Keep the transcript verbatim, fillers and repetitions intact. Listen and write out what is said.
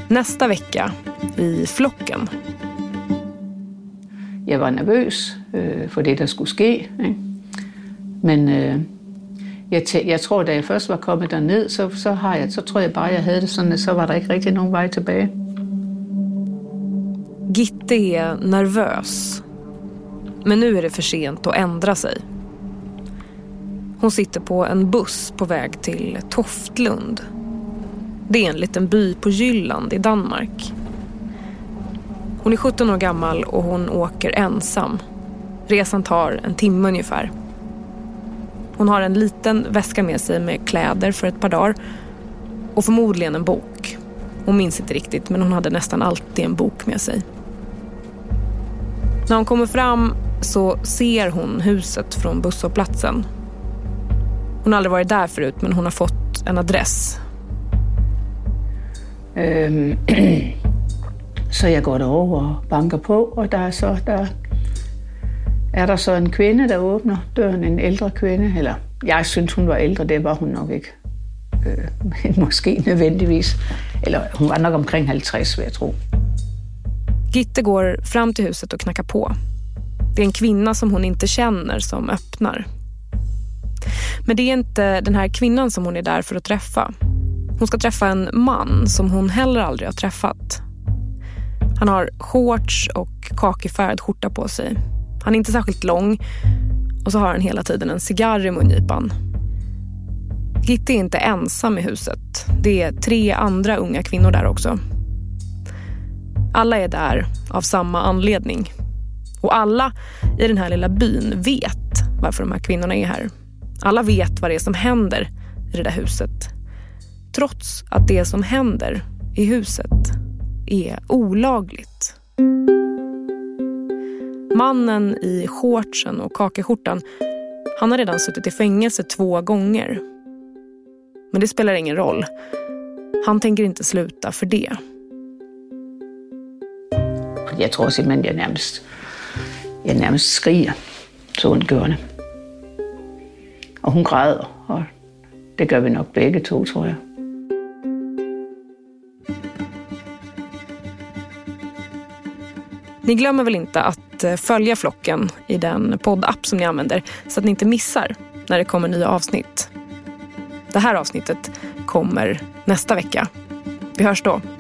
Nästa vecka i Flocken. Jag var nervös øh, för det, der skulle ske. Ikke? Men øh, jeg, t- jeg tror, da jeg først var kommet derned, så, så, har jeg, så tror jeg bare, jeg havde det sådan, at så var der ikke rigtig nogen vej tilbage. Gitte är nervös. Men nu är det för sent att ändra sig. Hon sitter på en buss på väg till Toftlund. Det är en liten by på Jylland i Danmark. Hon är sjutton år gammal och hon åker ensam. Resan tar en timme ungefär. Hon har en liten väska med sig med kläder för ett par dagar. Och förmodligen en bok. Hon minns inte riktigt, men hon hade nästan alltid en bok med sig. När hon kommer fram så ser hon huset från busshållplatsen. Hon har aldrig varit där förut, men hon har fått en adress. Um, så jag går derover och bankar på, och där är, så, där är der så en kvinde, der åbner døren, en ældre kvinde. Eller jeg synes, hun var ældre, det var hun nok ikke. Øh, måske nødvendigvis. Eller hun var nok omkring halvtreds, vil jeg tro. Gitte går fram till huset och knackar på. Det är en kvinna som hon inte känner som öppnar. Men det är inte den här kvinnan som hon är där för att träffa. Hon ska träffa en man som hon heller aldrig har träffat. Han har shorts och kakifärgad skjorta på sig. Han är inte särskilt lång och så har han hela tiden en cigarr i mungipan. Gitte är inte ensam i huset. Det är tre andra unga kvinnor där också. Alla är där av samma anledning. Och alla i den här lilla byn vet varför de här kvinnorna är här. Alla vet vad det är som händer i det där huset. Trots att det som händer i huset är olagligt. Mannen i shortsen och kakeskjortan, han har redan suttit i fängelse två gånger. Men det spelar ingen roll. Han tänker inte sluta för det. Jag tror simpelthen, jag närmast, jag närmast skriger så undgående. Och hon græder, och det gör vi nog bägge två, tror jag. Ni glömmer väl inte att följa Flocken i den poddapp som ni använder så att ni inte missar när det kommer nya avsnitt. Det här avsnittet kommer nästa vecka. Vi hörs då.